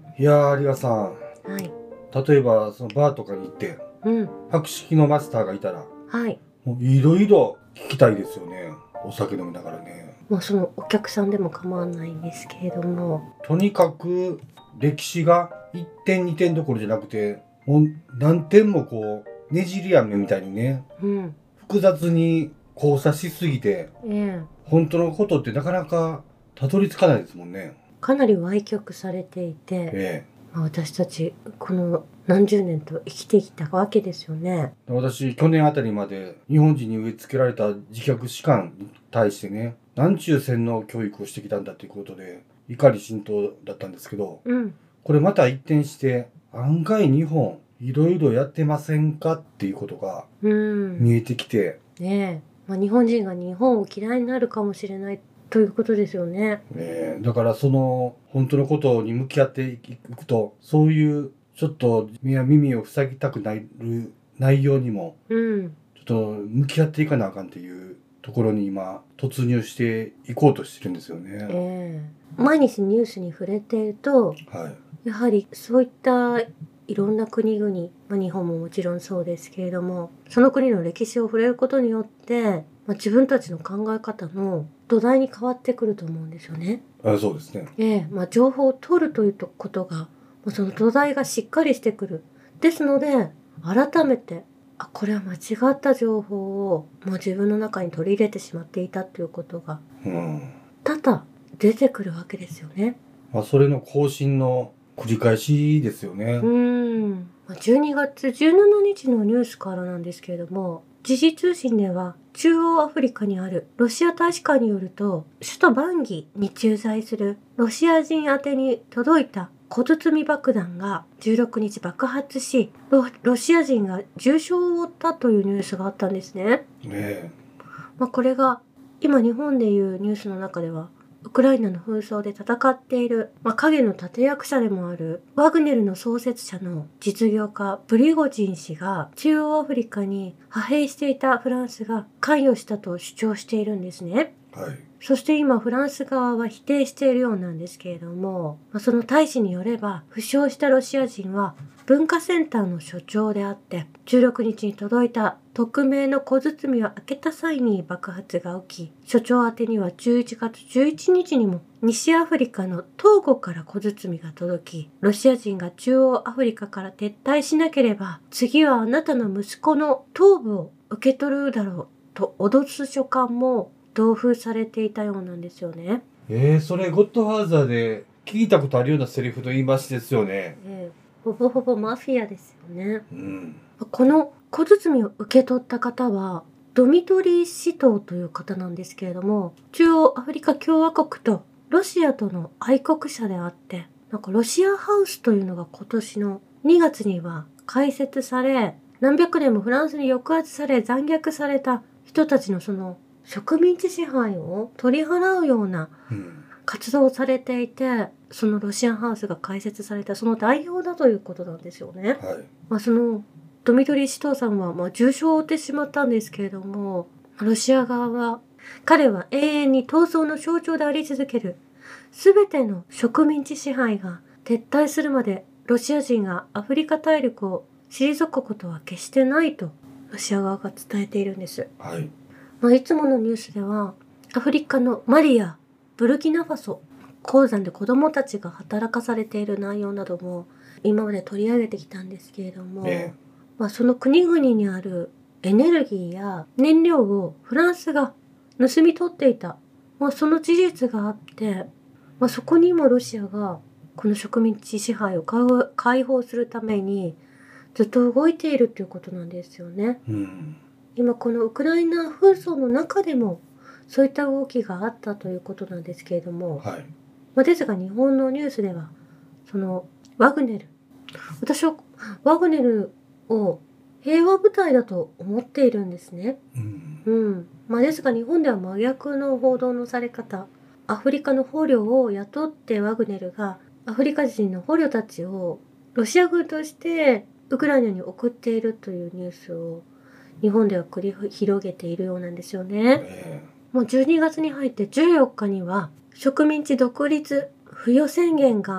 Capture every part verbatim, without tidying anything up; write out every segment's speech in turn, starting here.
いやー、リアさん、 はい。 例えばそのバーとかに行って、 うん。 博識のマスターがいたら、 はい。 もういろいろ聞きたいですよね。お酒飲みながらね。 まあそのお客さんでも構わないんですけれども。 とにかく歴史がいってんにてんどころじゃなくて、もう何点もこう、ねじり飴みたいにね、 うん。 複雑に交差しすぎて、 ええ。 本当のことってなかなかたどり着かないですもんね。 かなり歪曲されていて、 えまあ、私たちこの何十年と生きてきたわけですよね。 え。私、去年あたりまで日本人に植え付けられた自虐史観に対してね、なんちゅう洗脳教育をしてきたんだということで、怒り心頭だったんですけど、 うん。 これまた一転して、案外日本、いろいろやってませんかっていうことがうん。 見えてきて、 ねえ。まあ日本人が日本を嫌いになるかもしれないということですよね。 えーだからその本当のことに向き合っていくと、そういうちょっと目や耳を塞ぎたくなる内容にも、 うん。 ちょっと向き合っていかなあかんっていうところに今突入していこうとしてるんですよね。 ええ。毎日ニュースに触れていると、 はい。 やはりそういったいろんな国々、まあ、日本ももちろんそうですけれども、その国の歴史を触れることによって、まあ、自分たちの考え方の土台に変わってくると思うんですよね。 あ、そうですね。 ええ、まあ、情報を取るということが、まあ、その土台がしっかりしてくる。ですので、改めて、あ、これは間違った情報をもう自分の中に取り入れてしまっていたということがうん。 多々出てくるわけですよね。 まあそれの更新の繰り返しですよね。 うーん。まあじゅうにがつじゅうしちにちのニュースからなんですけれども、時事通信では中央アフリカにあるロシア大使館によると、首都バンギに駐在するロシア人宛てに届いた小包爆弾がじゅうろくにち爆発し、ロ、ロシア人が重傷を負ったというニュースがあったんですね。 ねえ。 まあこれが今日本でいうニュースの中では、ウクライナの紛争で戦っている、まあ、影の立役者でもあるワグネルの創設者の実業家プリゴジン氏が中央アフリカに派兵していたフランスが関与したと主張しているんですね。 はい。 そして今フランス側は否定しているようなんですけれども、まあ、その大使によれば負傷したロシア人は文化センターの所長であって、じゅうろくにちに届いた匿名の小包を開けた際に爆発が起き、所長宛てにはじゅういちがつじゅういちにちにも西アフリカのトーゴから小包が届き、ロシア人が中央アフリカから撤退しなければ次はあなたの息子の頭部を受け取るだろうと脅す書簡も同封されていたようなんですよね。 えー、それゴッドファーザーで聞いたことあるようなセリフと言い回しですよね。 ええ、ほぼほぼマフィアですよね。 うん。 この小包を受け取った方はドミトリー・シトーという方なんですけれども、中央アフリカ共和国とロシアとの愛国者であって、なんかロシアハウスというのが今年のにがつには開設され、何百年もフランスに抑圧され残虐された人たちのその植民地支配を取り払うようなうん活動をされていて、そのロシアンハウスが開設されたその代表だということなんですよね。 はい。 まあ、そのドミトリー・シトーさんはまあ重傷を負ってしまったんですけれども、ロシア側は彼は永遠に闘争の象徴であり続ける。すべての植民地支配が撤退するまでロシア人がアフリカ大陸を退くことは決してないとロシア側が伝えているんです。 はい。 まあ、いつものニュースではアフリカのマリやブルキナファソ鉱山で子どもたちが働かされている内容なども今まで取り上げてきたんですけれども、 ねまあ、その国々にあるエネルギーや燃料をフランスが盗み取っていた、まあ、その事実があって、まあ、そこにもロシアがこの植民地支配を解放するためにずっと動いているということなんですよね。 うん。 今このウクライナ紛争の中でもそういった動きがあったということなんですけれども、 はい。 まあ、ですが日本のニュースではそのワグネル、私はワグネルを平和部隊だと思っているんですね。 うん。 うん。まあ、ですが日本では真逆の報道のされ方、アフリカの捕虜を雇ってワグネルがアフリカ人の捕虜たちをロシア軍としてウクライナに送っているというニュースを日本では繰り広げているようなんですよね。 ねもうじゅうにがつに入ってじゅうよっかには植民地独立付与宣言が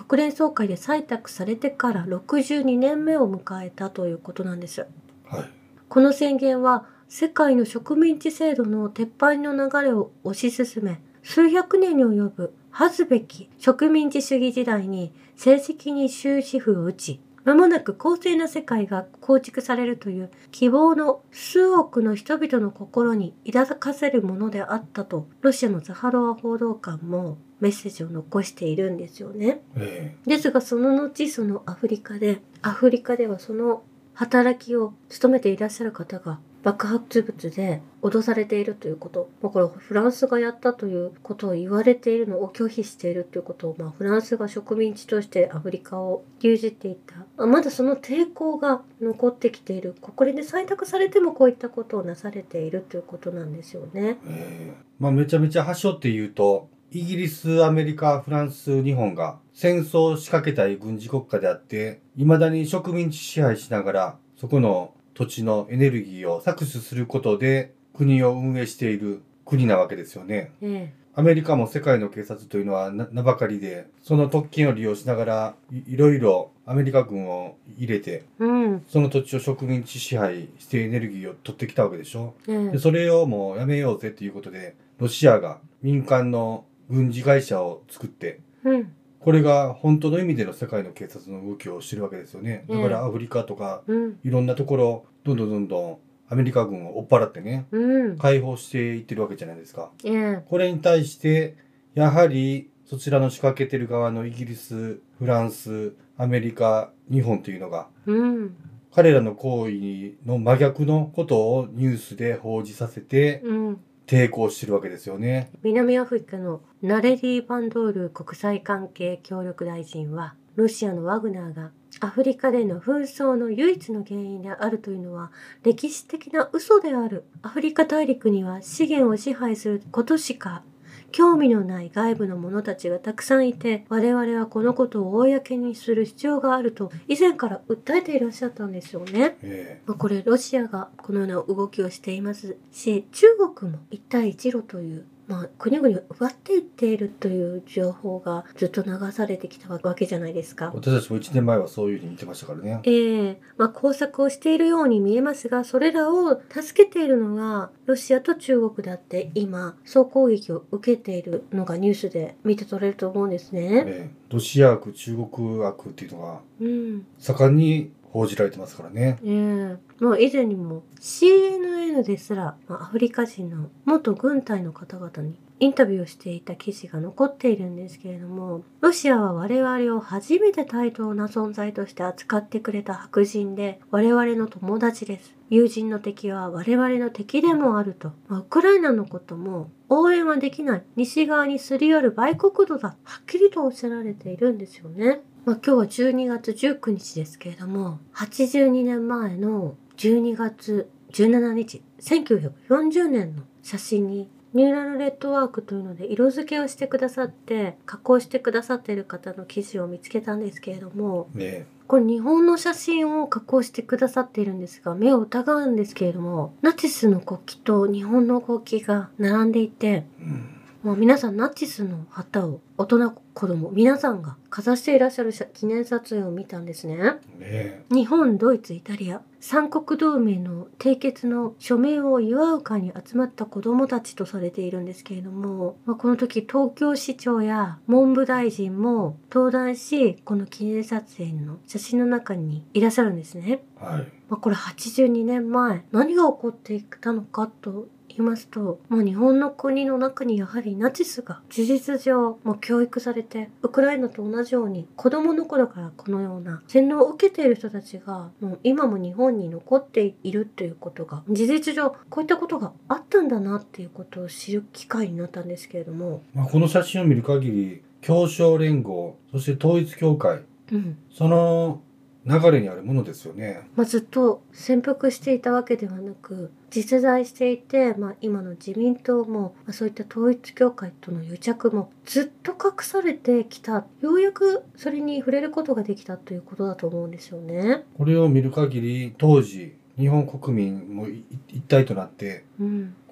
国連総会で採択されてからろくじゅうにねんめを迎えたということなんです。 はい。 この宣言は世界の植民地制度の撤廃の流れを推し進め、数百年に及ぶ恥ずべき植民地主義時代に正式に終止符を打ち、間もなく公正な世界が構築されるという希望の数億の人々の心に抱かせるものであったと、ロシアのザハロワ報道官もメッセージを残しているんですよね。 えですがその後、そのアフリカで、アフリカではその働きを務めていらっしゃる方が爆発物で脅されているということ、まあ、これフランスがやったということを言われているのを拒否しているということを、まあ、フランスが植民地としてアフリカを牛耳っていた、まあ、まだその抵抗が残ってきている、国連で採択されてもこういったことをなされているということなんですよね。 えーまあ、めちゃめちゃ端折って言うと、イギリス、アメリカ、フランス、日本が戦争を仕掛けたい軍事国家であって、未だに植民地支配しながら、そこの土地のエネルギーを搾取することで国を運営している国なわけですよね。 ええ、 アメリカも世界の警察というのは名ばかりで、その特権を利用しながらい、いろいろアメリカ軍を入れて、 うん、 その土地を植民地支配してエネルギーを取ってきたわけでしょ。 ええ、 でそれをもうやめようぜということで、ロシアが民間の軍事会社を作って、 うん、 これが本当の意味での世界の警察の動きをしてるわけですよね。だからアフリカとかうん、 いろんなところ、どんどんどんどんアメリカ軍を追っ払ってね、 うん、 解放していってるわけじゃないですか。 ええ、 これに対して、やはりそちらの仕掛けてる側のイギリス、フランス、アメリカ、日本というのが、 うん、 彼らの行為の真逆のことをニュースで報じさせてうん。 抵抗してるわけですよね。 南アフリカのナレディ・バンドール国際関係協力大臣は、ロシアのワグナーがアフリカでの紛争の唯一の原因であるというのは歴史的な嘘である。アフリカ大陸には資源を支配することしか興味のない外部の者たちがたくさんいて、我々はこのことを公にする必要があると以前から訴えていらっしゃったんですよね。 えまあこれロシアがこのような動きをしていますし、中国も一帯一路というまあ、国々を奪っていっているという情報がずっと流されてきたわけじゃないですか。 私たちもいちねんまえはそういうふうに見てましたからね。 ええまあ、工作をしているように見えますが、それらを助けているのがロシアと中国だって今、総攻撃を受けているのがニュースで見て取れると思うんですね。 ええロシア悪、中国悪っていうのがうん。 盛んに報じられてますからね。 ええもう以前にも シーエヌエヌ ですら、まあアフリカ人の元軍隊の方々にインタビューをしていた記事が残っているんですけれども、ロシアは我々を初めて対等な存在として扱ってくれた白人で、我々の友達です。友人の敵は我々の敵でもあると。まあ、ウクライナのことも応援はできない。西側にすり寄る売国度だ。はっきりとおっしゃられているんですよね。まあ、今日はじゅうにがつじゅうくにちですけれども、はちじゅうにねんまえのじゅうにがつじゅうしちにち、せんきゅうひゃくよんじゅうねんの写真にニューラルネットワークというので色付けをしてくださって加工してくださっている方の記事を見つけたんですけれども、 ねこれ日本の写真を加工してくださっているんですが、目を疑うんですけれども、ナチスの国旗と日本の国旗が並んでいて、 うんもう皆さんナチスの旗を大人子供皆さんがかざしていらっしゃる記念撮影を見たんですね。 ね日本、ドイツ、イタリア三国同盟の締結の署名を祝う会に集まった子供たちとされているんですけれども、まあ、この時東京市長や文部大臣も登壇し、この記念撮影の写真の中にいらっしゃるんですね。 はいまあ、これはちじゅうにねんまえ何が起こっていたのかと言いますと、もう日本の国の中にやはりナチスが事実上もう教育されて、ウクライナと同じように子供の頃からこのような洗脳を受けている人たちがもう今も日本に残っているということが、事実上こういったことがあったんだなっていうことを知る機会になったんですけれども、 まあ、この写真を見る限り協商連合、そして統一教会、 うんその流れにあるものですよね。 まあ、ずっと潜伏していたわけではなく実在していて、まあ、今の自民党も、まあ、そういった統一教会との癒着もずっと隠されてきた。ようやくそれに触れることができたということだと思うんですよね。 これを見る限り当時日本国民も一体となってうん、 こ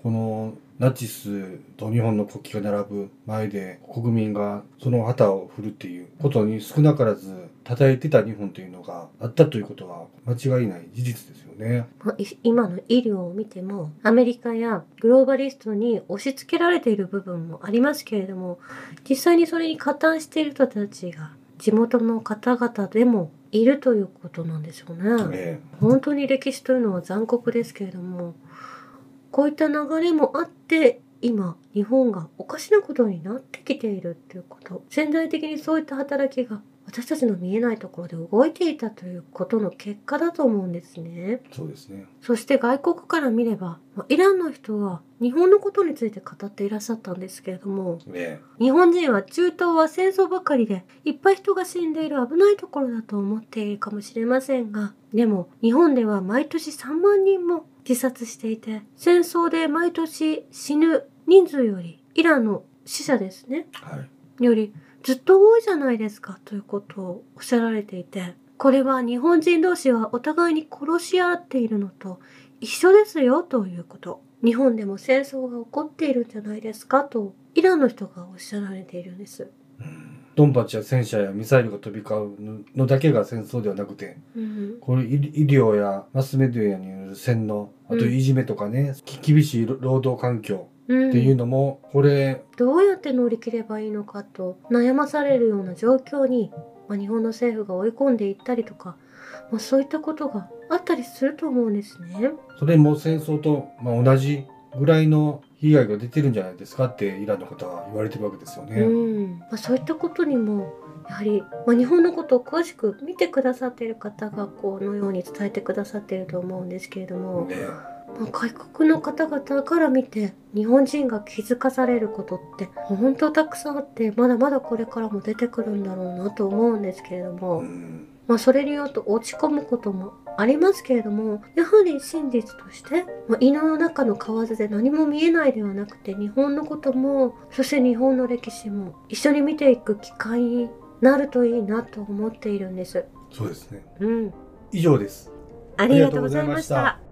このナチスと日本の国旗が並ぶ前で国民がその旗を振るっていうことに少なからず叩いてた日本というのがあったということは間違いない事実ですよね。 今の医療を見てもアメリカやグローバリストに押し付けられている部分もありますけれども、実際にそれに加担している人たちが地元の方々でもいるということなんですよね。 ええ、 本当に歴史というのは残酷ですけれども、こういった流れもあって今日本がおかしなことになってきているっていうこと、潜在的にそういった働きが私たちの見えないところで動いていたということの結果だと思うんですね。 そうですね。 そして外国から見ればイランの人は日本のことについて語っていらっしゃったんですけれども、 ね、 日本人は中東は戦争ばかりでいっぱい人が死んでいる危ないところだと思っているかもしれませんが、でも日本では毎年さんまんにんも自殺していて、戦争で毎年死ぬ人数よりイランの死者ですね、 はい、 よりずっと多いじゃないですかということをおっしゃられていて、これは日本人同士はお互いに殺し合っているのと一緒ですよということ。日本でも戦争が起こっているんじゃないですかとイランの人がおっしゃられているんです。 うん、ドンパチや戦車やミサイルが飛び交うのだけが戦争ではなくて、 うん、 これ医療やマスメディアによる洗脳、あといじめとかね、うん、厳しい労働環境っていうのも、これどうやって乗り切ればいいのかと悩まされるような状況に、まあ、日本の政府が追い込んでいったりとか、まあ、そういったことがあったりすると思うんですね。 それも戦争と、まあ、同じぐらいの被害が出てるんじゃないですかってイランの方は言われてるわけですよね。 うん、まあ、そういったことにもやはり、まあ、日本のことを詳しく見てくださっている方がこのように伝えてくださっていると思うんですけれども、 ね、 まあ、外国の方々から見て日本人が気づかされることって本当たくさんあって、まだまだこれからも出てくるんだろうなと思うんですけれども、うん、まあ、それによって落ち込むこともありますけれども、やはり真実として、まあ、胃の中の蛙で何も見えないではなくて、日本のこともそして日本の歴史も一緒に見ていく機会になるといいなと思っているんです。 そうですね。 うん。 以上です。 ありがとうございました。